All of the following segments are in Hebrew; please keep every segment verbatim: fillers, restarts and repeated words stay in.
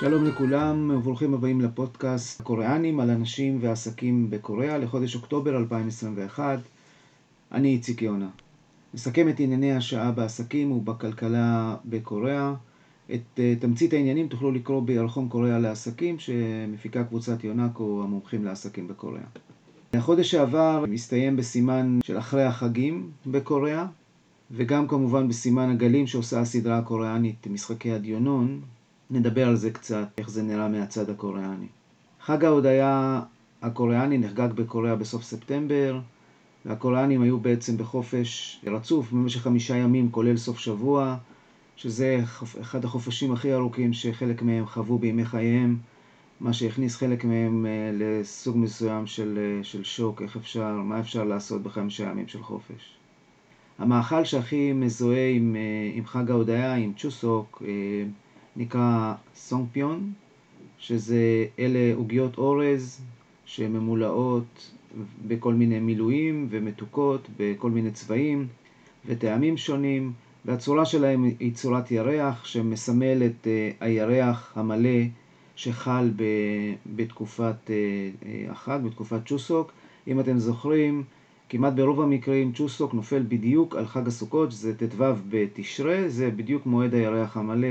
שלום לכולם וברוכים הבאים לפודקאסט הקוריאנים על אנשים ועסקים בקוריאה לחודש אוקטובר אלפיים עשרים ואחת. אני איציק יונה. נסכם את ענייני השעה בעסקים ובכלכלה בקוריאה. את תמצית העניינים תוכלו לקרוא בירחון קוריאה לעסקים שמפיקה קבוצת יונאקו המומחים לעסקים בקוריאה. החודש שעבר מסתיים בסימן של אחרי החגים בקוריאה, וגם כמובן בסימן הגלים שעושה הסדרה הקוריאנית משחקי הדיונון. נדבר על זה קצת, איך זה נראה מהצד הקוריאני. חג ההודיה הקוריאני נחגג בקוריאה בסוף ספטמבר, והקוריאנים היו בעצם בחופש רצוף במשך חמישה ימים כולל סוף שבוע, שזה אחד החופשים הכי ארוכים שחלק מהם חוו בימי חייהם, מה שהכניס חלק מהם לסוג מסוים של, של שוק, איך אפשר, מה אפשר לעשות בחמישה ימים של חופש. המאכל שהכי מזוהה עם, עם חג ההודיה, עם צ'וסוק, נקרא סונגפיון, שזה אלה עוגיות אורז שממולאות בכל מיני מילואים ומתוקות בכל מיני צבעים וטעמים שונים, והצורה שלהם היא צורת ירח שמסמל את הירח המלא שחל בתקופת החג, בתקופת צ'וסוק. אם אתם זוכרים, כמעט ברוב המקרים צ'וסוק נופל בדיוק על חג הסוכות, שזה ט"ו בתשרי, זה בדיוק מועד הירח המלא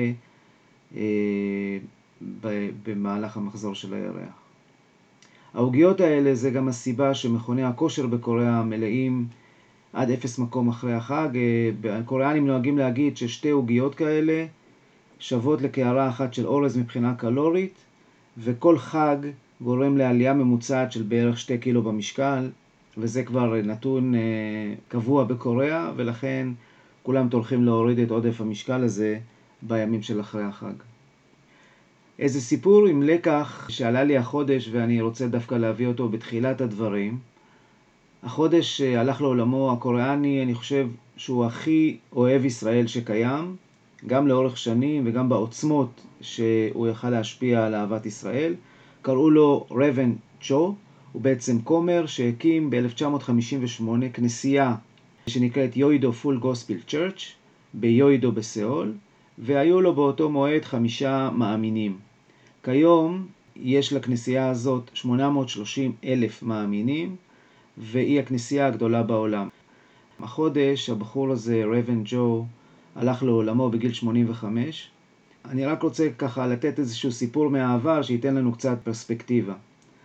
במהלך המחזור של הירח. העוגיות האלה זה גם הסיבה שמכוני הכושר בקוריאה מלאים עד אפס מקום אחרי החג. הקוריאנים נוהגים להגיד ששתי עוגיות כאלה שוות לקערה אחת של אורז מבחינה קלורית, וכל חג גורם לעלייה ממוצעת של בערך שתי קילו במשקל, וזה כבר נתון קבוע בקוריאה, ולכן כולם תולכים להוריד את עודף המשקל הזה בימים של אחרי החג. איזה סיפור עם לקח שעלה לי החודש, ואני רוצה דווקא להביא אותו בתחילת הדברים. החודש הלך לעולמו הקוריאני, אני חושב שהוא הכי אוהב ישראל שקיים, גם לאורך שנים וגם בעוצמות שהוא יכל להשפיע על אהבת ישראל. קראו לו רבן צ'ו, הוא בעצם כומר שהקים ב-אלף תשע מאות חמישים ושמונה כנסייה שנקראת יוידו פול גוספיל צ'רץ' ביוידו בסאול, והיו לו באותו מועד חמישה מאמינים. כיום יש לכנסייה הזאת שמונה מאות ושלושים אלף מאמינים, והיא הכנסייה הגדולה בעולם. החודש הבחור הזה, רבן ג'ו, הלך לעולמו בגיל שמונים וחמש. אני רק רוצה ככה לתת איזשהו סיפור מהעבר שייתן לנו קצת פרספקטיבה.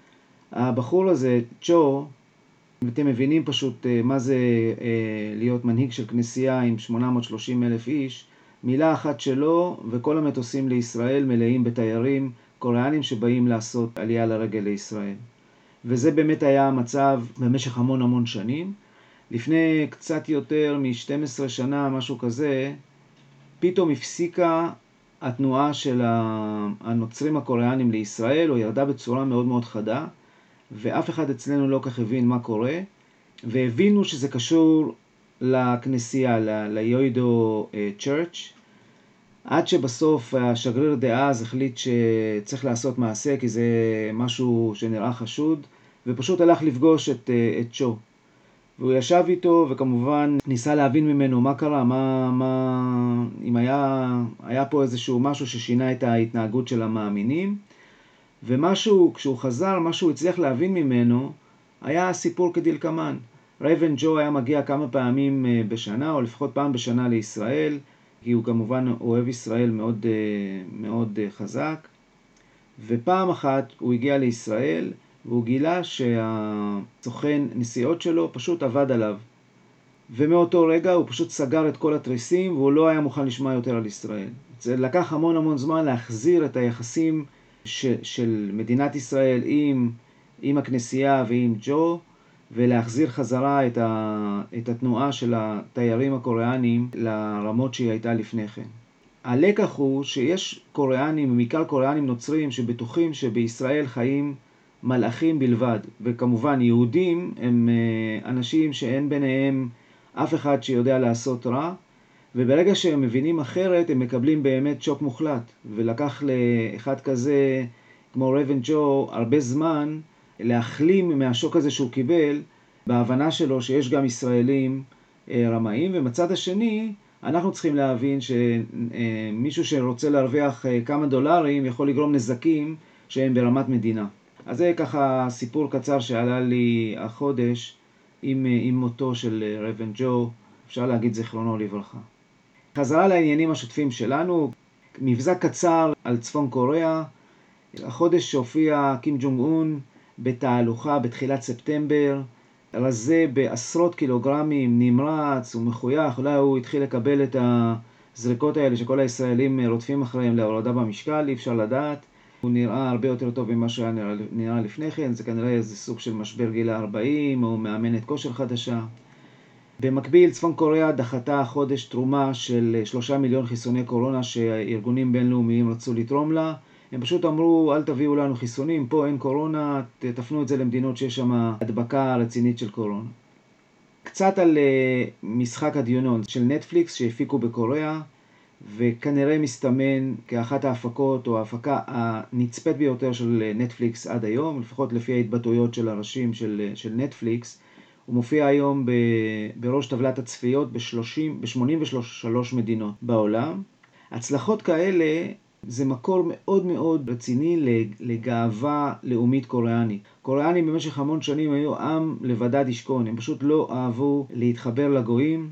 הבחור הזה, צ'ו, אתם מבינים פשוט מה זה להיות מנהיג של כנסייה עם שמונה מאות ושלושים אלף איש, מילה אחת שלו וכל המטוסים לישראל מלאים בתיירים קוריאנים שבאים לעשות עלייה לרגל לישראל. וזה באמת היה המצב במשך המון המון שנים. לפני קצת יותר מ-שתים עשרה שנה, משהו כזה, פתאום הפסיקה התנועה של הנוצרים הקוריאנים לישראל, או ירדה בצורה מאוד מאוד חדה, ואף אחד אצלנו לא כך הבין מה קורה, והבינו שזה קשור לכנסייה, ליוידו צ'רץ', עד שבסוף השגריר דאז החליט שצריך לעשות מעשה, כי זה משהו שנראה חשוד, ופשוט הלך לפגוש את, את צ'ו. והוא ישב איתו וכמובן ניסה להבין ממנו מה קרה, מה, מה, אם היה, היה פה איזשהו משהו ששינה את ההתנהגות של המאמינים. ומשהו, כשהוא חזר, מה שהוא הצליח להבין ממנו, היה סיפור כדלקמן. רבן ג'ו היה מגיע כמה פעמים בשנה, או לפחות פעם בשנה לישראל, כי הוא כמובן אוהב ישראל מאוד, מאוד חזק. ופעם אחת הוא הגיע לישראל, והוא גילה שהסוכן נסיעות שלו פשוט עבד עליו. ומאותו רגע הוא פשוט סגר את כל התריסים, והוא לא היה מוכן לשמוע יותר על ישראל. זה לקח המון המון זמן להחזיר את היחסים של, של מדינת ישראל עם, עם הכנסייה ועם ג'ו, ולהחזיר חזרה את, ה, את התנועה של התיירים הקוריאנים לרמות שהיא הייתה לפני כן. הלקח הוא שיש קוריאנים, בעיקר קוריאנים נוצרים, שבטוחים שבישראל חיים מלאכים בלבד, וכמובן יהודים הם אנשים שאין ביניהם אף אחד שיודע לעשות רע, וברגע שהם מבינים אחרת הם מקבלים באמת שוק מוחלט, ולקח לאחד כזה כמו רבן ג'ו הרבה זמן להחלים מהשוק הזה שהוא קיבל, בהבנה שלו שיש גם ישראלים רמאים. ומצד השני אנחנו צריכים להבין שמישהו שרוצה להרוויח כמה דולרים יכול לגרום נזקים שהם ברמת מדינה. אז זה ככה סיפור קצר שעלה לי החודש עם, עם מותו של רבן ג'ו, אפשר להגיד זיכרונו לברכה. חזרה לעניינים השוטפים שלנו, מבזק קצר על צפון קוריאה. החודש שהופיע קים ג'ונג און בתהלוכה בתחילת ספטמבר, רזה בעשרות קילוגרמים, נמרץ ומחוייך. אולי הוא התחיל לקבל את הזריקות האלה שכל הישראלים רודפים אחריהם להורדה במשקל, אי אפשר לדעת. הוא נראה הרבה יותר טוב ממה שהיה נראה, נראה לפני כן, זה כנראה איזה סוג של משבר גיל ה-ארבעים או מאמנת כושר חדשה. במקביל, צפון קוריאה דחתה החודש תרומה של שלושה מיליון חיסוני קורונה שארגונים בינלאומיים רצו לתרום לה. הם פשוט אמרו, אל תביאו לנו חיסונים, פה אין קורונה, תפנו את זה למדינות שיש שם הדבקה רצינית של קורונה. קצת על משחק הדיונון של נטפליקס שהפיקו בקוריאה, וכנראה מסתמן כאחת ההפקות או ההפקה הנצפית ביותר של נטפליקס עד היום, לפחות לפי ההתבטאויות של הראשים של, של נטפליקס. הוא מופיע היום ב, בראש טבלת הצפיות ב-שמונים ושלוש מדינות בעולם. הצלחות כאלה זה מקור מאוד מאוד רציני לגאווה לאומית קוריאנית. קוריאנים במשך המון שנים היו עם לבדד ישכון, הם פשוט לא אהבו להתחבר לגויים,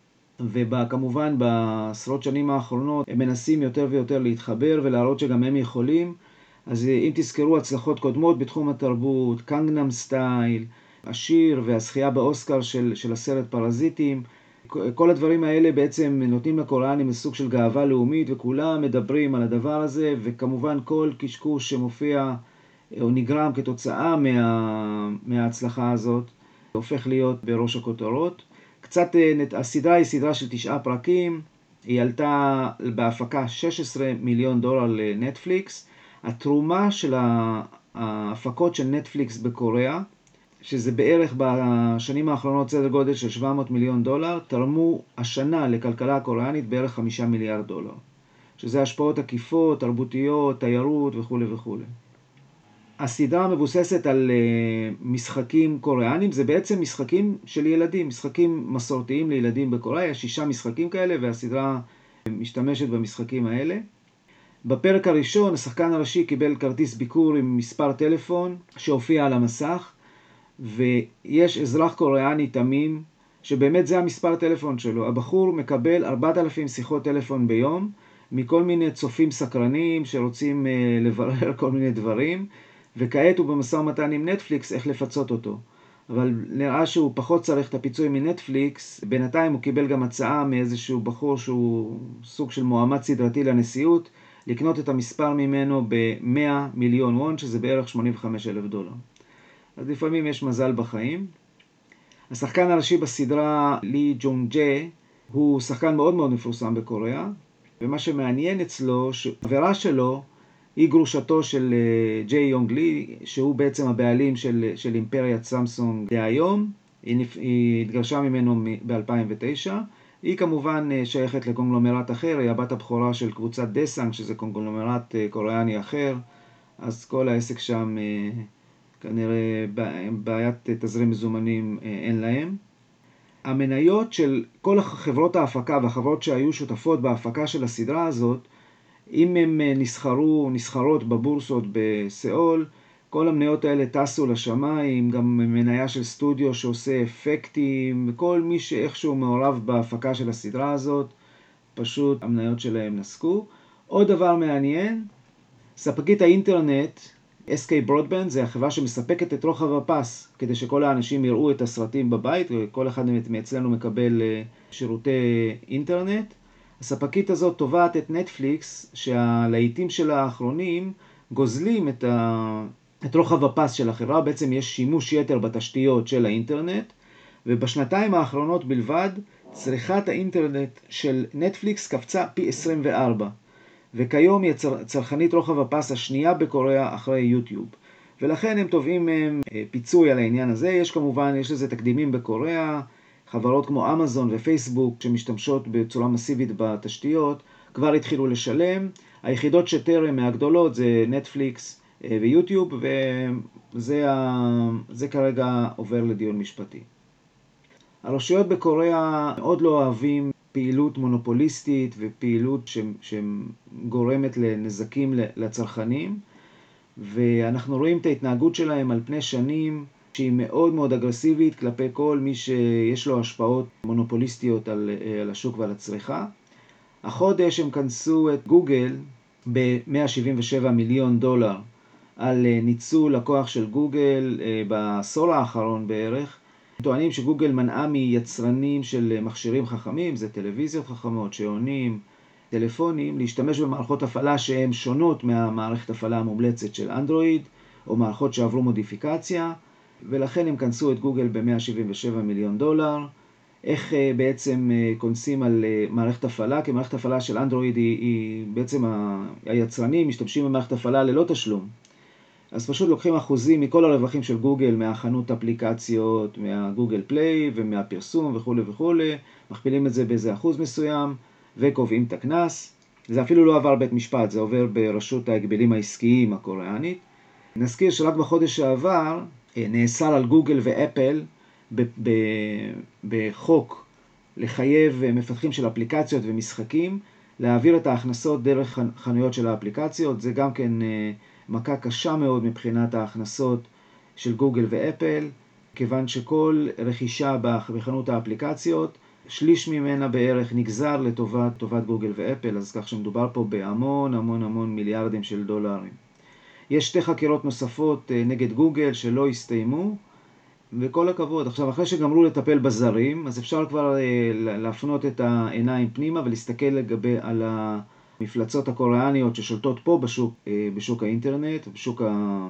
וכמובן בעשרות שנים האחרונות הם מנסים יותר ויותר להתחבר ולהראות שגם הם יכולים. אז אם תזכרו הצלחות קודמות בתחום התרבות, קנגנם סטייל, השיר והזכייה באוסקר של, של הסרט פרזיטים, כל הדברים האלה בעצם נותנים לקוריאנים סוג של גאווה לאומית, וכולם מדברים על הדבר הזה, וכמובן כל קשקוש שמופיע או נגרם כתוצאה מה, מההצלחה הזאת הופך להיות בראש הכותרות. קצת, הסדרה היא סדרה של תשעה פרקים, היא עלתה בהפקה שש עשרה מיליון דולר לנטפליקס. התרומה של ההפקות של נטפליקס בקוריאה, שזה בערך בשנים האחרונות סדר גודל של שבע מאות מיליון דולר, תרמו השנה לכלכלה הקוריאנית בערך חמישה מיליארד דולר. שזה השפעות עקיפות, תרבותיות, תיירות וכו' וכו'. הסדרה מבוססת על משחקים קוריאנים, זה בעצם משחקים של ילדים, משחקים מסורתיים לילדים בקוריאה, יש שישה משחקים כאלה והסדרה משתמשת במשחקים האלה. בפרק הראשון השחקן הראשי קיבל כרטיס ביקור עם מספר טלפון שהופיע על המסך, ויש אזרח קוריאני תמים שבאמת זה המספר טלפון שלו. הבחור מקבל ארבעת אלפים שיחות טלפון ביום מכל מיני צופים סקרנים שרוצים לברר כל מיני דברים, וכעת הוא במשא ומתן עם נטפליקס איך לפצות אותו. אבל נראה שהוא פחות צריך את הפיצוי מנטפליקס. בינתיים הוא קיבל גם הצעה מאיזשהו בחור שהוא סוג של מועמד סדרתי לנשיאות, לקנות את המספר ממנו ב-מאה מיליון וון, שזה בערך שמונים וחמישה אלף דולר. אז לפעמים יש מזל בחיים. השחקן הראשי בסדרה, לי ג'ונג ג'ה, הוא שחקן מאוד מאוד מפורסם בקוריאה, ומה שמעניין אצלו, שהעבירה שלו היא גרושתו של ג'יי יונג לי, שהוא בעצם הבעלים של, של אימפריית סמסונג דהיום. היא, היא התגרשה ממנו ב-אלפיים ותשע. היא כמובן שייכת לקונגלומרט אחר, היא הבת הבכורה של קבוצת דסאנג, שזה קונגלומרט קוריאני אחר, אז כל העסק שם כנראה בעיית תזרים מזומנים אין להם. המניות של כל חברות ההפקה והחברות שהיו שותפות בהפקה של הסדרה הזאת, אם הם נסחרו, נסחרות בבורסות בסיאול, כל המניות האלה טסו לשמיים, גם מניה של סטודיו שעושה אפקטים, וכל מי שאיכשהו מעורב בהפקה של הסדרה הזאת, פשוט המניות שלהם נסקו. עוד דבר מעניין, ספקית האינטרנט, אס קיי Broadband, זה החברה שמספקת את רוחב הפס, כדי שכל האנשים יראו את הסרטים בבית, וכל אחד מאצלנו מקבל שירותי אינטרנט. הספקית הזאת תובעת את נטפליקס, שהלהיטים שלה האחרונים גוזלים את, ה... את רוחב הפס של החברה. בעצם יש שימוש יתר בתשתיות של האינטרנט, ובשנתיים האחרונות בלבד צריכת האינטרנט של נטפליקס קפצה פי עשרים וארבע, וכיום היא צרכנית רוחב הפס השנייה בקוריאה אחרי יוטיוב, ולכן הם תובעים מהם פיצוי על העניין הזה. יש כמובן, יש לזה תקדימים בקוריאה, חברות כמו אמזון ופייסבוק שמשתמשות בצורה מסיבית בתשתיות כבר התחילו לשלם. היחידות שטרם מהגדולות זה נטפליקס ויוטיוב, וזה ה... זה כרגע עובר לדיון משפטי. הרשויות בקוריאה מאוד לא אוהבים פעילות מונופוליסטית ופעילות שגורמת לנזקים לצרכנים, ואנחנו רואים את ההתנהגות שלהם על פני שנים שהיא מאוד מאוד אגרסיבית כלפי כל מי שיש לו השפעות מונופוליסטיות על, על השוק ועל הצריכה. החודש הם כנסו את גוגל ב-מאה שבעים ושבעה מיליון דולר על ניצול הכוח של גוגל בעשור האחרון בערך. טוענים שגוגל מנעה מיצרנים של מכשירים חכמים, זה טלוויזיות חכמות, שעונים, טלפונים, להשתמש במערכות הפעלה שהן שונות מהמערכת הפעלה המומלצת של אנדרואיד, או מערכות שעברו מודיפיקציה, ולכן הם כנסו את גוגל ב-מאה שבעים ושבעה מיליון דולר. איך בעצם כונסים על מערכת הפעלה? כי מערכת הפעלה של אנדרואיד היא, היא בעצם היצרנים משתמשים במערכת הפעלה ללא תשלום. אז פשוט לוקחים אחוזים מכל הרווחים של גוגל, מהחנות אפליקציות, מהגוגל פליי ומהפרסום וכו' וכו', מכפילים את זה באיזה אחוז מסוים וקובעים את הכנס. זה אפילו לא עבר בית משפט, זה עובר ברשות ההגבלים העסקיים הקוריאנית. נזכיר שרק בחודש שעבר נאסר על גוגל ואפל בחוק לחייב מפתחים של אפליקציות ומשחקים להעביר את ההכנסות דרך חנויות של האפליקציות. זה גם כן מכה קשה מאוד מבחינת ההכנסות של גוגל ואפל, כיוון שכל רכישה בחנות האפליקציות, שליש ממנה בערך נגזר לטובת טובת גוגל ואפל, אז כך שמדובר פה בהמון המון המון מיליארדים של דולרים. יש שתי חקירות נוספות נגד גוגל שלא הסתיימו, וכל הכבוד. עכשיו, אחרי שגמרו לטפל בזרים, אז אפשר כבר להפנות את העיניים פנימה ולהסתכל לגבי על המפלצות הקוריאניות ששולטות פה בשוק, בשוק האינטרנט, בשוק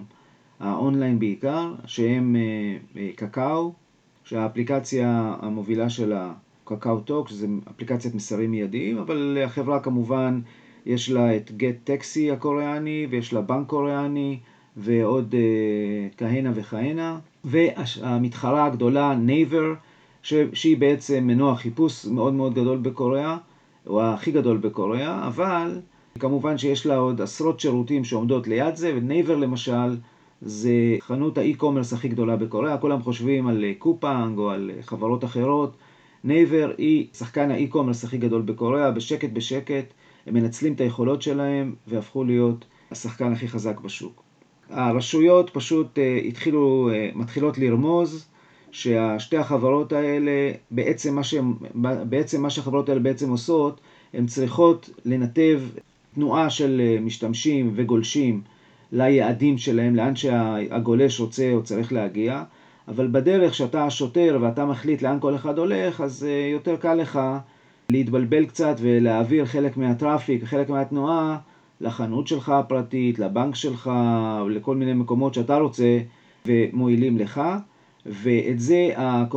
האונליין בעיקר, שהם קקאו, שהאפליקציה המובילה שלה קקאו טוק, שזה אפליקציית מסרים מיידיים, אבל החברה כמובן יש לה את גט טקסי הקוריאני, ויש לה בנק קוריאני, ועוד uh, כהנה וכהנה. והמתחרה הגדולה, נייבר, שהיא בעצם מנוע חיפוש מאוד מאוד גדול בקוריאה, או הכי גדול בקוריאה, אבל כמובן שיש לה עוד עשרות שירותים שעומדות ליד זה, ונייבר למשל, זה חנות האי-קומרס הכי גדולה בקוריאה. כולם חושבים על קופאנג או על חברות אחרות. נייבר היא שחקן האי-קומרס הכי גדול בקוריאה, בשקט בשקט. הם מנצלים את היכולות שלהם והפכו להיות השחקן הכי חזק בשוק. הרשויות פשוט התחילו, מתחילות לרמוז שהשתי החברות האלה, בעצם מה, שהם, בעצם מה שהחברות האלה בעצם עושות, הן צריכות לנתב תנועה של משתמשים וגולשים ליעדים שלהם, לאן שהגולש רוצה או צריך להגיע, אבל בדרך שאתה השוטר ואתה מחליט לאן כל אחד הולך, אז יותר קל לך להתבלבל קצת ולהעביר חלק מהטראפיק, חלק מהתנועה, לחנות שלך הפרטית, לבנק שלך, לכל מיני מקומות שאתה רוצה ומועילים לך, ואת זה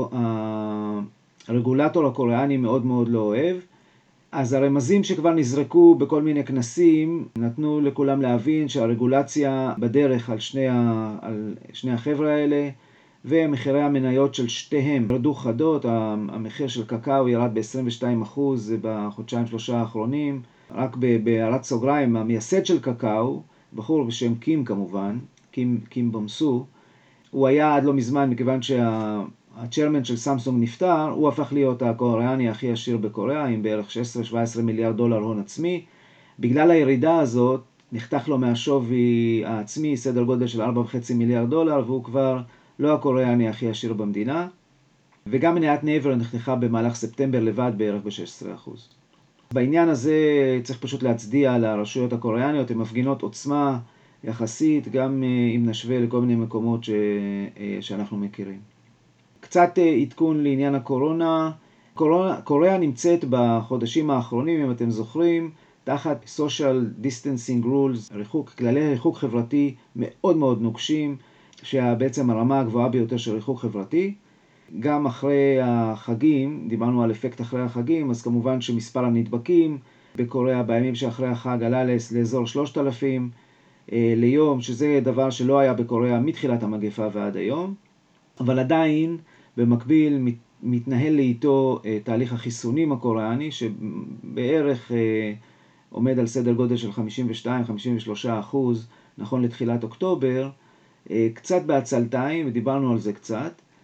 הרגולטור הקוריאני מאוד מאוד לא אוהב. אז הרמזים שכבר נזרקו בכל מיני כנסים נתנו לכולם להבין שהרגולציה בדרך על שני, ה... על שני החבר'ה האלה, ומחירי המניות של שתיהם ירדו חדות. המחיר של קקאו ירד ב-עשרים ושתיים אחוז בחודשיים שלושה האחרונים. רק בהערת סוגריים, המייסד של קקאו, בחור בשם קים כמובן, קים, קים בומסו, הוא היה עד לא מזמן, מכיוון שהצ'רמן של סמסונג נפטר, הוא הפך להיות הקוריאני הכי עשיר בקוריאה, עם בערך שש עשרה שבע עשרה מיליארד דולר הון עצמי. בגלל הירידה הזאת, נחתך לו מהשווי העצמי סדר גודל של ארבע וחצי מיליארד דולר, והוא כבר לא הקוריאני הכי עשיר במדינה. וגם מניית נייבר נחתכה במהלך ספטמבר לבד בערך ב-שש עשרה אחוז. בעניין הזה צריך פשוט להצדיע לרשויות הקוריאניות, הן מפגינות עוצמה יחסית, גם אם נשווה לכל מיני מקומות ש... שאנחנו מכירים. קצת עדכון לעניין הקורונה. קורונה, קוריאה נמצאת בחודשים האחרונים, אם אתם זוכרים, תחת social distancing rules, ריחוק, כללי ריחוק חברתי מאוד מאוד נוקשים, שבעצם הרמה הגבוהה ביותר של ריחוק חברתי. גם אחרי החגים, דיברנו על אפקט אחרי החגים, אז כמובן שמספר הנדבקים בקוריאה בימים שאחרי החג עלה לאזור שלושת אלפים אה, ליום, שזה דבר שלא היה בקוריאה מתחילת המגפה ועד היום, אבל עדיין במקביל מת, מתנהל לאיתו אה, תהליך החיסונים הקוריאני, שבערך אה, עומד על סדר גודל של חמישים ושתיים עד חמישים ושלושה אחוז נכון לתחילת אוקטובר, אה, קצת בעצלתיים, ודיברנו על זה קצת.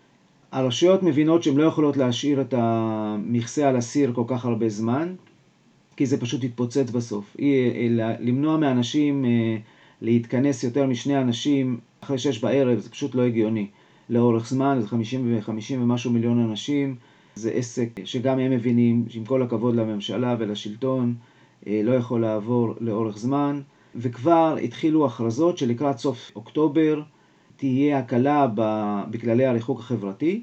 הרשויות מבינות שהן לא יכולות להשאיר את המכסה על הסיר כל כך הרבה זמן, כי זה פשוט יתפוצץ בסוף. למנוע מאנשים להתכנס יותר משני אנשים אחרי שש בערב, זה פשוט לא הגיוני. לאורך זמן, זה חמישים ומשהו מיליון אנשים, זה עסק שגם הם מבינים, שעם כל הכבוד לממשלה ולשלטון, לא יכול לעבור לאורך זמן. וכבר התחילו הכרזות שלקראת סוף אוקטובר תהיה הקלה בכללי הריחוק החברתי,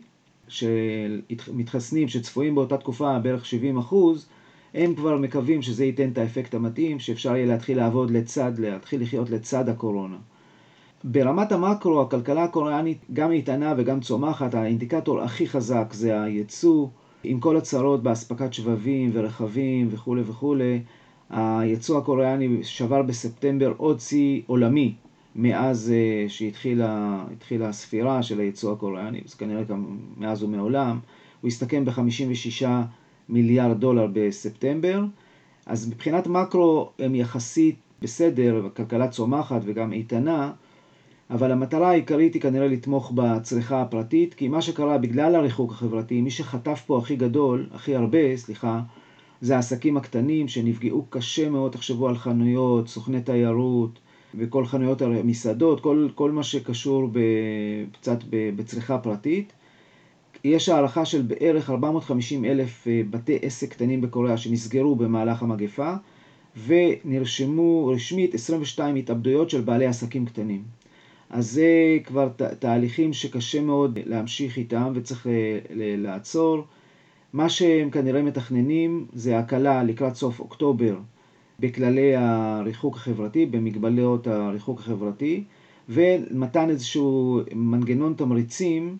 שמתחסנים שצפויים באותה תקופה בערך שבעים אחוז, הם כבר מקווים שזה ייתן את האפקט המתאים, שאפשר יהיה להתחיל לעבוד לצד, להתחיל לחיות לצד הקורונה. ברמת המקרו, הכלכלה הקוריאנית גם איתנה וגם צומחת, האינדיקטור הכי חזק זה הייצוא, עם כל הצרות באספקת שבבים ורכבים וכו' וכו'. הייצוא הקוריאני שבר בספטמבר עוד שיא עולמי, מאז שהתחילה התחילה הספירה של הייצוא הקוריאני, זה כנראה גם מאז ומעולם, הוא הסתכם ב-חמישים ושישה מיליארד דולר בספטמבר. אז מבחינת מקרו הם יחסית בסדר, כלכלה צומחת וגם איתנה, אבל המטרה העיקרית היא כנראה לתמוך בצריכה הפרטית, כי מה שקרה בגלל הריחוק החברתי, מי שחטף פה הכי גדול, הכי הרבה, סליחה, זה העסקים הקטנים שנפגעו קשה מאוד. תחשבו על חנויות, סוכני תיירות וכל חנויות המסעדות, כל, כל מה שקשור קצת בצריכה פרטית. יש הערכה של בערך ארבע מאות וחמישים אלף בתי עסק קטנים בקוריאה שנסגרו במהלך המגפה, ונרשמו רשמית עשרים ושתיים התאבדויות של בעלי עסקים קטנים. אז זה כבר תהליכים שקשה מאוד להמשיך איתם וצריך לעצור. מה שהם כנראה מתכננים זה הקלה לקראת סוף אוקטובר בכללי הריחוק החברתי, במגבלות הריחוק החברתי, ומתן איזשהו מנגנון תמריצים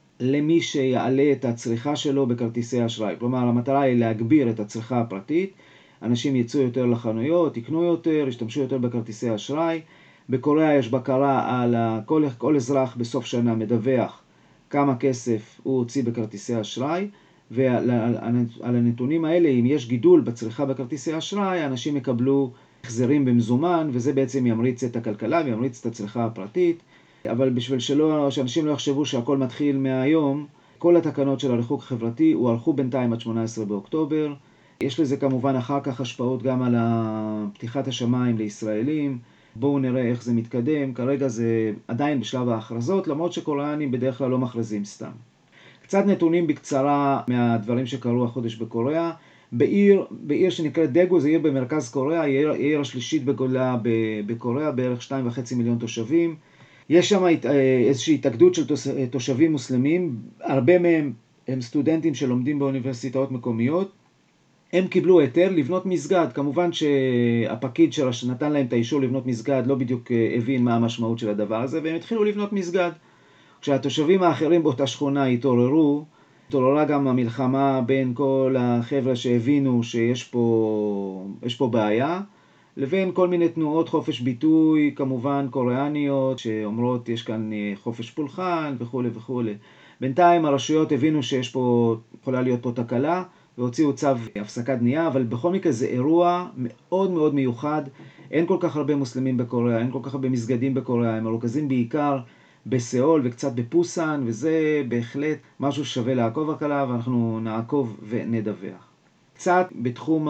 למי שיעלה את הצריכה שלו בכרטיסי אשראי. כלומר, המטרה היא להגביר את הצריכה הפרטית, אנשים יצאו יותר לחנויות, יקנו יותר, ישתמשו יותר בכרטיסי אשראי. בקוריאה יש בקרה על כל, כל אזרח בסוף שנה מדווח כמה כסף הוא הוציא בכרטיסי אשראי, ועל על הנתונים האלה, אם יש גידול בצריכה בכרטיסי אשראי, אנשים יקבלו החזרים במזומן, וזה בעצם ימריץ את הכלכלה וימריץ את הצריכה הפרטית. אבל בשביל שלא, שאנשים לא יחשבו שהכל מתחיל מהיום, כל התקנות של הריחוק החברתי הוארכו בינתיים עד שמונה עשרה באוקטובר. יש לזה כמובן אחר כך השפעות גם על פתיחת השמיים לישראלים. בואו נראה איך זה מתקדם. כרגע זה עדיין בשלב ההכרזות, למרות שקוריאנים בדרך כלל לא מכרזים סתם. קצת נתונים בקצרה מהדברים שקרו החודש בקוריאה. בעיר, בעיר שנקראת דגו, זו עיר במרכז קוריאה, היא העיר, העיר השלישית בגודלה בקוריאה, בערך שתיים וחצי מיליון תושבים. יש שם איזושהי התאגדות של תושבים מוסלמים, הרבה מהם הם סטודנטים שלומדים באוניברסיטאות מקומיות. הם קיבלו היתר לבנות מסגד. כמובן שהפקיד שנתן להם את האישור לבנות מסגד לא בדיוק הבין מה המשמעות של הדבר הזה, והם התחילו לבנות מסגד. כשהתושבים האחרים באותה שכונה התעוררו, התעוררה גם המלחמה בין כל החבר'ה שהבינו שיש פה, יש פה בעיה, לבין כל מיני תנועות חופש ביטוי, כמובן קוריאניות, שאומרות יש כאן חופש פולחן וכו' וכו'. בינתיים הרשויות הבינו שיש פה, יכולה להיות פה תקלה, והוציאו צו הפסקת בנייה, אבל בכל מקרה זה אירוע מאוד מאוד מיוחד. אין כל כך הרבה מוסלמים בקוריאה, אין כל כך הרבה מסגדים בקוריאה, הם מרוכזים בעיקר בסיאול וקצת בפוסן, וזה בהחלט משהו שווה לעקוב עליו, ואנחנו נעקוב ונדווח. קצת בתחום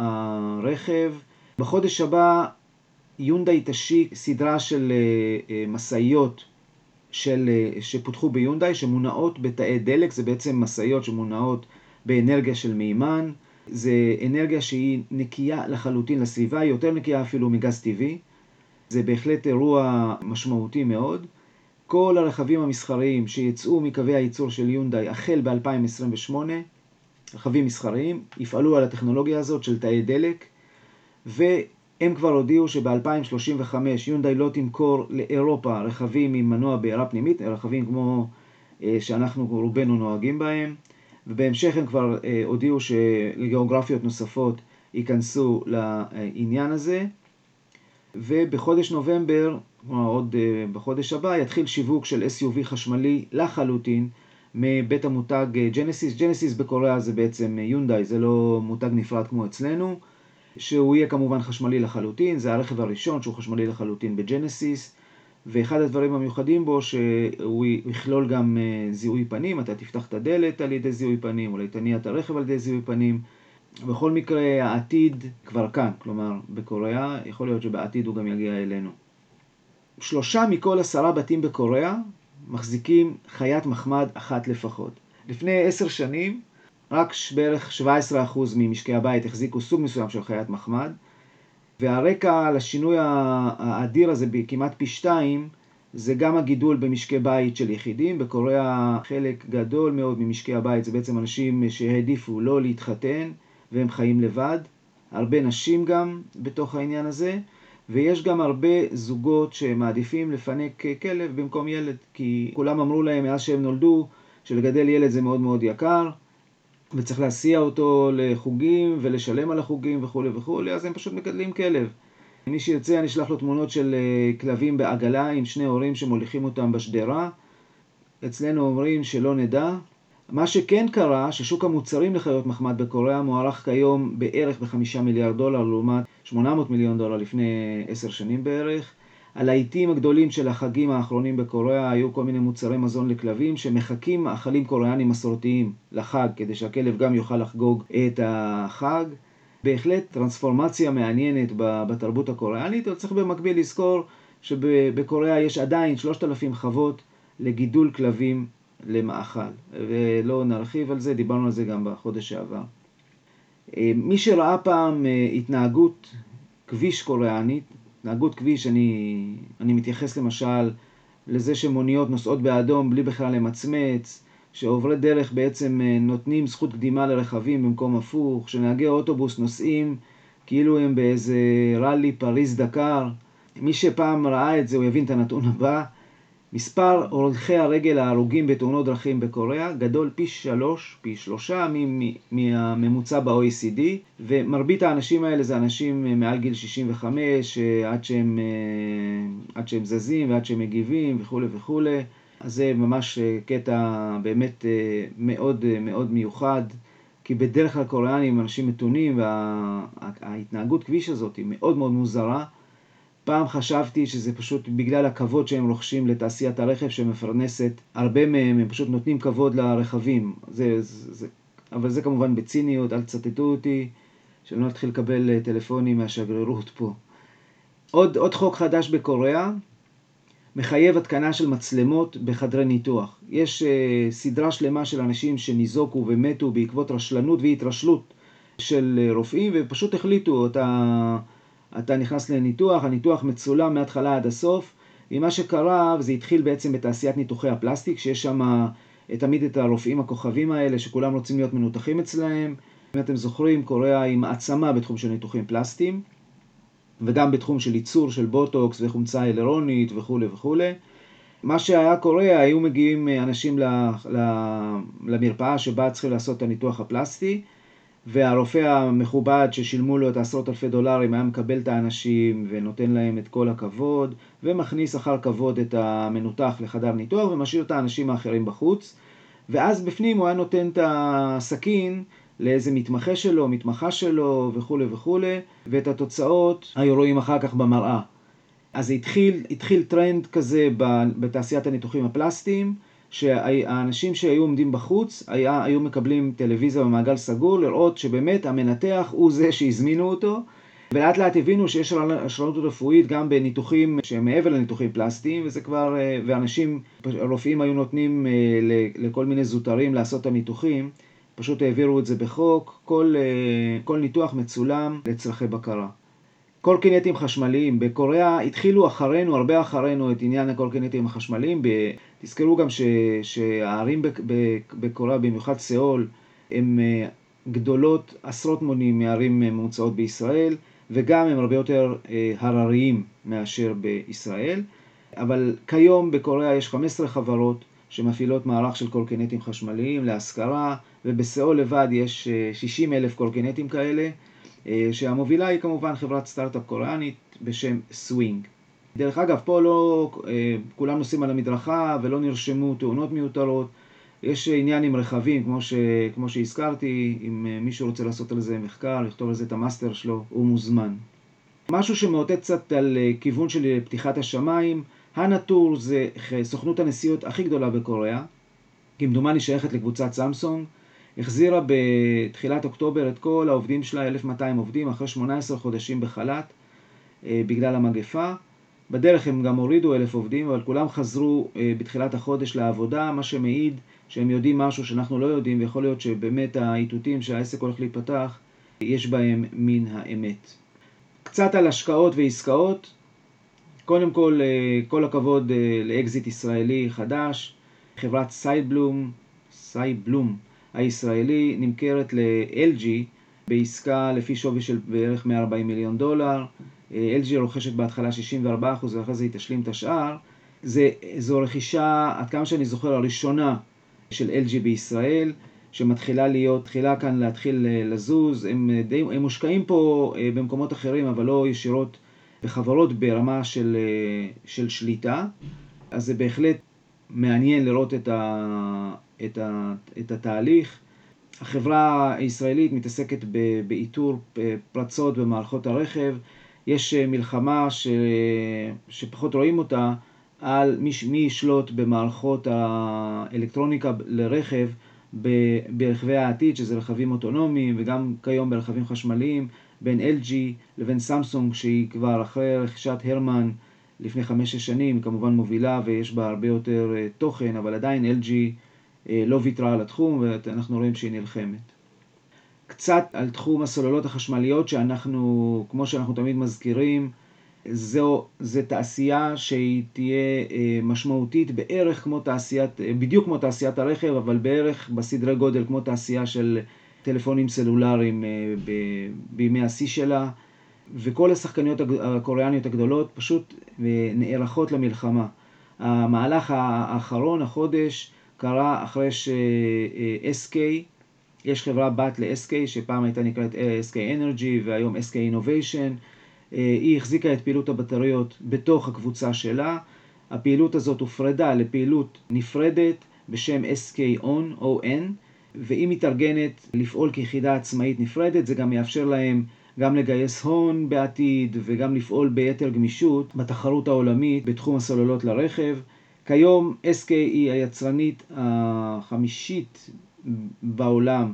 הרכב, בחודש הבא יונדאי תשיק סדרה של מסעיות של, שפותחו ביונדאי, שמונעות בתאי דלק. זה בעצם מסעיות שמונעות באנרגיה של מימן. זה אנרגיה שהיא נקייה לחלוטין לסביבה, היא יותר נקייה אפילו מגז טבעי. זה בהחלט אירוע משמעותי מאוד. כל הרכבים המסחריים שיצאו מקווי הייצור של יונדאי החל ב-אלפיים עשרים ושמונה, רכבים מסחריים, יפעלו על הטכנולוגיה הזאת של תאי דלק, והם כבר הודיעו שב-אלפיים שלושים וחמש יונדאי לא תמכור לאירופה רכבים עם מנוע בעירה פנימית, רכבים כמו שאנחנו רובנו נוהגים בהם, ובהמשך הם כבר הודיעו שלגיאוגרפיות נוספות ייכנסו לעניין הזה. ובחודש נובמבר, עוד בחודש הבא, יתחיל שיווק של אס יו וי חשמלי לחלוטין מבית המותג ג'נסיס. ג'נסיס בקוריאה זה בעצם יונדאי, זה לא מותג נפרד כמו אצלנו, שהוא יהיה כמובן חשמלי לחלוטין. זה הרכב הראשון שהוא חשמלי לחלוטין בג'נסיס, ואחד הדברים המיוחדים בו שהוא יכלול גם זיהוי פנים, אתה תפתח את הדלת על ידי זיהוי פנים, אולי תניע את הרכב על ידי זיהוי פנים. בכל מקרה העתיד כבר כאן, כלומר בקוריאה, יכול להיות שבעתיד הוא גם יגיע אלינו. שלושה מכל עשרה בתים בקוריאה מחזיקים חיית מחמד אחת לפחות. לפני עשר שנים, רק בערך שבע עשרה אחוז ממשקי הבית החזיקו סוג מסוים של חיית מחמד, והרקע לשינוי האדיר הזה כמעט פי שתיים, זה גם הגידול במשקי בית של יחידים. בקוריאה חלק גדול מאוד ממשקי הבית זה בעצם אנשים שהעדיפו לא להתחתן, והם חיים לבד. הרבה נשים גם בתוך העניין הזה, ויש גם הרבה זוגות שמעדיפים לפנק כלב במקום ילד, כי כולם אמרו להם מאז שהם נולדו שלגדל ילד זה מאוד מאוד יקר, וצריך להסיע אותו לחוגים ולשלם על החוגים וכו' וכו', אז הם פשוט מגדלים כלב. מי שירצה אני אשלח לו תמונות של כלבים בעגלה עם שני הורים שמוליכים אותם בשדרה. אצלנו אומרים שלא נדע. מה שכן קרה, ששוק המוצרים לחיות מחמד בקוריאה מוערך כיום בערך בחמישה מיליארד דולר, לעומת שמונה מאות מיליון דולר לפני עשר שנים בערך. על העיתים הגדולים של החגים האחרונים בקוריאה היו כל מיני מוצרי מזון לכלבים שמחכים מאכלים קוריאנים מסורתיים לחג, כדי שהכלב גם יוכל לחגוג את החג. בהחלט טרנספורמציה מעניינת בתרבות הקוריאנית, אבל צריך במקביל לזכור שבקוריאה יש עדיין שלושת אלפים חוות לגידול כלבים למאכל, ולא נרחיב על זה, דיברנו על זה גם בחודש שעבר. מי שראה פעם התנהגות כביש קוריאנית, התנהגות כביש, אני, אני מתייחס למשל לזה שמוניות נוסעות באדום בלי בכלל למצמץ, שעוברי דרך בעצם נותנים זכות קדימה לרכבים במקום הפוך, שנהגי אוטובוס נוסעים כאילו הם באיזה רלי פריז דקר. מי שפעם ראה את זה הוא יבין את הנתון הבא: מספר הולכי הרגל ההרוגים בתאונות דרכים בקוריאה גדול פי שלוש, פי שלושה מהממוצע ב-או אי סי די, ומרבית האנשים האלה זה אנשים מעל גיל שישים וחמש, עד שהם, עד שהם זזים ועד שהם מגיבים וכו' וכו'. אז זה ממש קטע באמת מאוד מאוד מיוחד, כי בדרך כלל קוריאנים הם אנשים מתונים, וההתנהגות כביש הזאת היא מאוד מאוד מוזרה. פעם חשבתי שזה פשוט בגלל הכבוד שהם רוכשים לתעשיית הרכב שמפרנסת הרבה מהם, הם פשוט נותנים כבוד לרכבים. זה, זה, זה, אבל זה כמובן בציניות, אל תצטטו אותי, שלא נתחיל לקבל טלפונים מהשגרירות פה. עוד, עוד חוק חדש בקוריאה, מחייב התקנה של מצלמות בחדרי ניתוח. יש uh, סדרה שלמה של אנשים שניזוקו ומתו בעקבות רשלנות והתרשלות של רופאים, ופשוט החליטו, אתה, אתה נכנס לניתוח, הניתוח מצולם מההתחלה עד הסוף, ומה שקרה, וזה התחיל בעצם בתעשיית ניתוחי הפלסטיק, שיש שם תמיד את הרופאים הכוכבים האלה, שכולם רוצים להיות מנותחים אצלהם. אם אתם זוכרים, קוריאה היא מעצמה בתחום של ניתוחים פלסטיים, וגם בתחום של ייצור של בוטוקס וחומצה הילרונית וכו' וכו'. מה שהיה קורה, היו מגיעים אנשים למרפאה שבה צריכים לעשות את הניתוח הפלסטי, והרופא המכובד ששילמו לו את עשרות אלפי דולרים היה מקבל את האנשים ונותן להם את כל הכבוד, ומכניס אחר כבוד את המנותח לחדר ניתוח ומשאיר את האנשים האחרים בחוץ. ואז בפנים הוא היה נותן את הסכין לאיזה מתמחה שלו, מתמחה שלו וכו' וכו', ואת התוצאות היו רואים אחר כך במראה. אז התחיל, התחיל טרנד כזה בתעשיית הניתוחים הפלסטיים, שהאנשים שהיו עומדים בחוץ היה, היו מקבלים טלוויזיה במעגל סגור, לראות שבאמת המנתח הוא זה שהזמינו אותו, ולאט לאט הבינו שיש רשלנות רפואית גם בניתוחים שהם מעבר לניתוחים פלסטיים, וזה כבר, ואנשים, רופאים היו נותנים לכל מיני זוטרים לעשות את הניתוחים, פשוט העבירו את זה בחוק, כל, כל ניתוח מצולם לצרכי בקרה. קורקינטים חשמליים, בקוריאה התחילו אחרינו, הרבה אחרינו את עניין הקורקינטים החשמליים. תזכרו גם ש, שהערים בקוריאה, במיוחד סאול, הן גדולות עשרות מונים מערים ממוצעות בישראל, וגם הם הרבה יותר הרריים מאשר בישראל. אבל כיום בקוריאה יש חמש עשרה חברות שמפעילות מערך של קורקינטים חשמליים להשכרה, ובסאול לבד יש שישים אלף קורקינטים כאלה, שהמובילה היא כמובן חברת סטארט-אפ קוריאנית בשם סווינג. דרך אגב, פה לא כולם נוסעים על המדרכה ולא נרשמו תאונות מיותרות. יש עניין עם רכבים, כמו, ש, כמו שהזכרתי, אם מישהו רוצה לעשות על זה מחקר, לכתוב על זה את המאסטר שלו, הוא מוזמן. משהו שמאותת קצת על כיוון של פתיחת השמיים, הנטור זה סוכנות הנסיעות הכי גדולה בקוריאה, כמדומני שייכת לקבוצת סמסונג, החזירה בתחילת אוקטובר את כל העובדים שלה, אלף ומאתיים עובדים, אחרי שמונה עשרה חודשים בחל"ת, בגלל המגפה. בדרך הם גם הורידו אלף עובדים, אבל כולם חזרו בתחילת החודש לעבודה, מה שמעיד שהם יודעים משהו שאנחנו לא יודעים, ויכול להיות שבאמת האיתותים שהעסק הולך להיפתח, יש בהם מן האמת. קצת על השקעות ועסקאות. קודם כל, כל הכבוד לאקזיט ישראלי חדש. חברת סייבלום, סייבלום הישראלי נמכרת ל-אל ג'י בעסקה לפי שווי של בערך מאה וארבעים מיליון דולר. אל ג'י רוכשת בהתחלה שישים וארבעה אחוז ואחרי זה היא תשלים את השאר. זה, זו רכישה, עד כמה שאני זוכר, הראשונה של אל ג'י בישראל, שמתחילה להיות, תחילה כאן להתחיל לזוז. הם, די, הם מושקעים פה במקומות אחרים, אבל לא ישירות בחברות ברמה של, של שליטה. אז זה בהחלט מעניין לראות את, ה, את, ה, את התהליך. החברה הישראלית מתעסקת באיתור פרצות במערכות הרכב. יש מלחמה ש, שפחות רואים אותה על מי, מי ישלוט במערכות האלקטרוניקה לרכב ברכבי העתיד, שזה רכבים אוטונומיים, וגם כיום ברכבים חשמליים, בין אל ג'י לבין סמסונג, שהיא כבר אחרי רכישת הרמן לפני חמש שנים, היא כמובן מובילה ויש בה הרבה יותר תוכן, אבל עדיין אל ג'י לא ויתרה על התחום, ואנחנו רואים שהיא נלחמת. קצת על תחום הסוללות החשמליות, שאנחנו, כמו שאנחנו תמיד מזכירים, זו, זו תעשייה שהיא תהיה משמעותית בערך כמו תעשיית, בדיוק כמו תעשיית הרכב, אבל בערך בסדרי גודל כמו תעשייה של טלפונים סלולריים בימי השיא שלה, וכל השחקניות הקוריאניות הגדולות פשוט נערכות למלחמה. המהלך האחרון, החודש, קרה אחרי ש-אס קיי, יש חברה בת ל-אס קיי, שפעם הייתה נקראת אס קיי Energy והיום אס קיי Innovation, היא החזיקה את פעילות הבטריות בתוך הקבוצה שלה. הפעילות הזאת הופרדה לפעילות נפרדת בשם אס קיי On, או אן, והיא מתארגנת לפעול כיחידה עצמאית נפרדת. זה גם יאפשר להם גם לגייס הון בעתיד וגם לפעול ביתר גמישות בתחרות העולמית בתחום הסוללות לרכב. כיום אס קיי היא היצרנית החמישית בעולם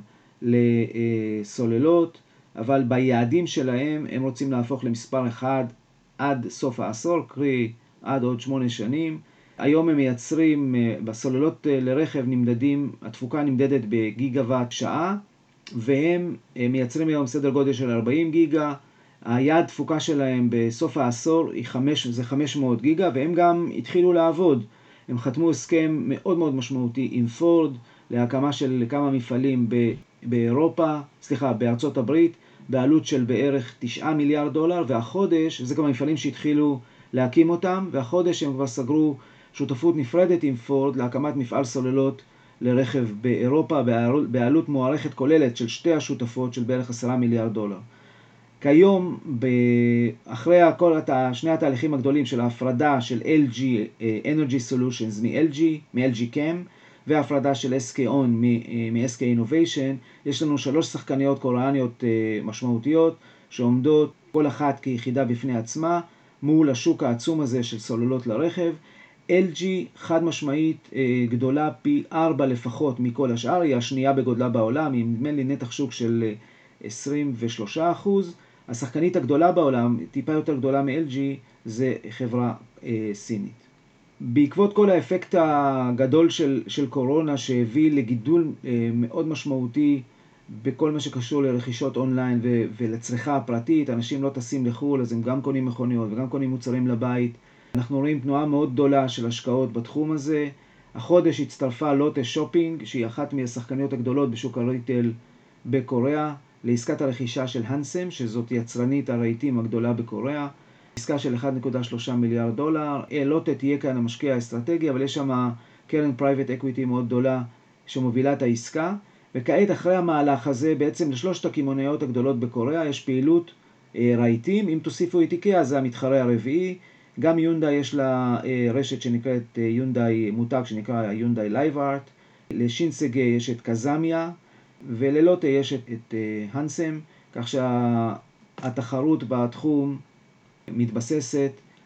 לסוללות, אבל ביעדים שלהם הם רוצים להפוך למספר אחד עד סוף העשור, קרי עד עוד שמונה שנים. היום הם מייצרים, בסוללות לרכב נמדדים, התפוקה נמדדת בגיגה וואט שעה, והם מייצרים היום סדר גודל של ארבעים גיגה. היעד תפוקה שלהם בסוף העשור היא חמש, זה חמש מאות גיגה, והם גם התחילו לעבוד. הם חתמו הסכם מאוד מאוד משמעותי עם פורד להקמה של כמה מפעלים ב, באירופה, סליחה, בארצות הברית, בעלות של בערך תשעה מיליארד דולר, והחודש, זה כמה מפעלים שהתחילו להקים אותם, והחודש הם כבר סגרו שותפות נפרדת עם פורד להקמת מפעל סוללות לרכב באירופה, בעלות מוערכת כוללת של שתי השותפות של בערך עשרה מיליארד דולר. כיום, אחרי כל שני התהליכים הגדולים של ההפרדה של אל ג'י Energy Solutions מ-אל ג'י, מ-אל ג'י Chem, וההפרדה של אס קיי On מ-אס קיי Innovation, יש לנו שלוש שחקניות קוריאניות משמעותיות, שעומדות כל אחת כיחידה בפני עצמה, מול השוק העצום הזה של סוללות לרכב. אל ג'י חד משמעית גדולה פי ארבע לפחות מכל השאר, היא השנייה בגודלה בעולם, היא נדמה לי נתח שוק של עשרים ושלושה אחוז. השחקנית הגדולה בעולם, טיפה יותר גדולה מ-אל ג'י, זה חברה אה, סינית. בעקבות כל האפקט הגדול של, של קורונה שהביא לגידול אה, מאוד משמעותי בכל מה שקשור לרכישות אונליין ו- ולצריכה הפרטית, אנשים לא טסים לחו"ל, אז הם גם קונים מכוניות וגם קונים מוצרים לבית. אנחנו רואים תנועה מאוד גדולה של השקעות בתחום הזה. החודש הצטרפה לוטה שופינג, שהיא אחת מהשחקניות הגדולות בשוק הריטייל בקוריאה, לעסקת הרכישה של הנסם, שזאת יצרנית הרהיטים הגדולה בקוריאה. עסקה של אחד נקודה שלושה מיליארד דולר. לוטה תהיה כאן המשקיע האסטרטגי, אבל יש שם קרן פרייבט אקוויטי מאוד גדולה שמובילה את העסקה. וכעת אחרי המהלך הזה, בעצם לשלושת הקמעונאיות הגדולות בקוריאה יש פעילות רהיטים. אם תוסיפו את איקאה, זה המתחרה הרביעי. גם יונדאי יש לה רשת שנקראת יונדאי, מותג שנקרא יונדאי לייב ארט. לשינסגה יש את קזמיה, וללוטה יש את, את הנסם, כך שהתחרות בתחום מתבססת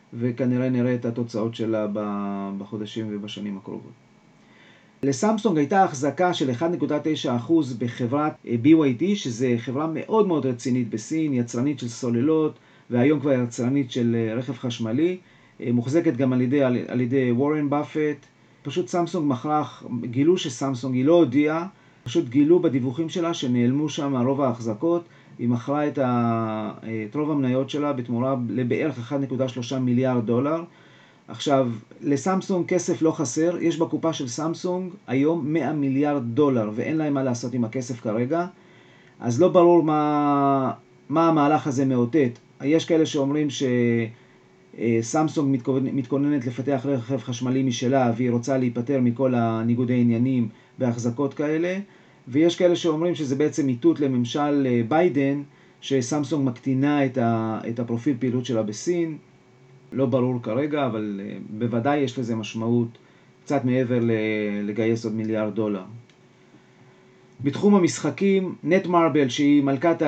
וכנראה נראה את התוצאות שלה בחודשים ובשנים הקרובות. לסמסונג הייתה החזקה של אחד נקודה תשע אחוז בחברת בי וואי די, שזה חברה מאוד מאוד רצינית בסין, יצרנית של סוללות, והיום כבר יצרנית של רכב חשמלי, מוחזקת גם על ידי, על ידי וורן באפט. פשוט סמסונג מכרה, גילו שסמסונג היא לא הודיעה, פשוט גילו בדיווחים שלה שנעלמו שם רוב ההחזקות. היא מכרה את, ה, את רוב המניות שלה בתמורה לבערך אחד נקודה שלושה מיליארד דולר. עכשיו, לסמסונג כסף לא חסר, יש בקופה של סמסונג היום מאה מיליארד דולר, ואין להם מה לעשות עם הכסף כרגע, אז לא ברור מה, מה המהלך הזה מאותת. יש כאלה שאומרים שסמסונג מתכוננת לפתח רכב חשמלי משלה, והיא רוצה להיפטר מכל הניגודי עניינים בהחזקות כאלה, ויש כאלה שאומרים שזה בעצם איתות לממשל ביידן, שסמסונג מקטינה את הפרופיל פעילות שלה בסין. לא ברור כרגע, אבל בוודאי יש לזה משמעות קצת מעבר לגייס עוד מיליארד דולר. בתחום המשחקים, נטמרבל, שהיא מלכת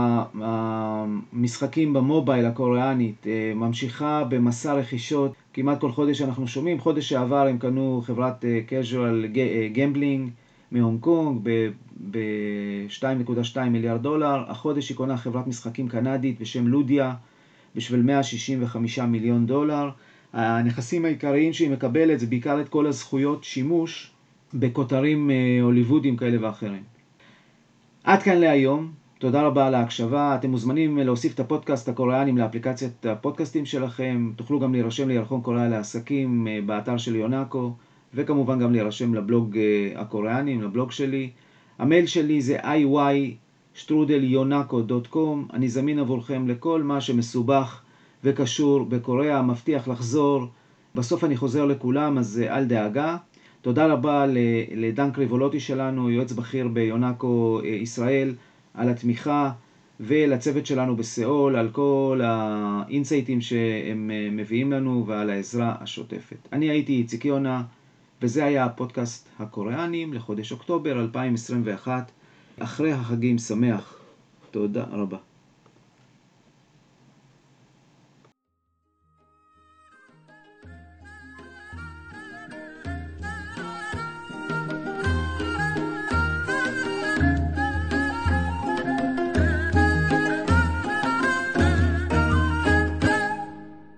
המשחקים במובייל הקוריאנית, ממשיכה במסע רכישות. כמעט כל חודש אנחנו שומעים. חודש שעבר הם קנו חברת casual gambling מהונג קונג ב-שתיים נקודה שתיים מיליארד דולר. החודש היא קונה חברת משחקים קנדית בשם לודיה בשביל מאה שישים וחמישה מיליון דולר. הנכסים העיקריים שהיא מקבלת זה בעיקר את כל הזכויות שימוש בכותרים הוליוודיים כאלה ואחרים. עד כאן להיום. תודה רבה על ההקשבה. אתם מוזמנים להוסיף את הפודקאסט הקוריאנים לאפליקציית הפודקאסטים שלכם. תוכלו גם להירשם לירחון קוריאה לעסקים באתר של יונאקו, וכמובן גם להירשם לבלוג הקוריאנים, לבלוג שלי. המייל שלי זה איי וואי שטרודל יונאקו דוט קום. אני זמין עבורכם לכל מה שמסובך וקשור בקוריאה, מבטיח לחזור. בסוף אני חוזר לכולם, אז אל דאגה. תודה רבה לדן קריבולוטי שלנו, יועץ בכיר ביונאקו ישראל, על התמיכה, ולצוות שלנו בסיאול, על כל האינסייטים שהם מביאים לנו ועל העזרה השוטפת. אני הייתי איציק יונה, וזה היה הפודקאסט הקוריאנים לחודש אוקטובר אלפיים עשרים ואחת. אחרי החגים שמח. תודה רבה.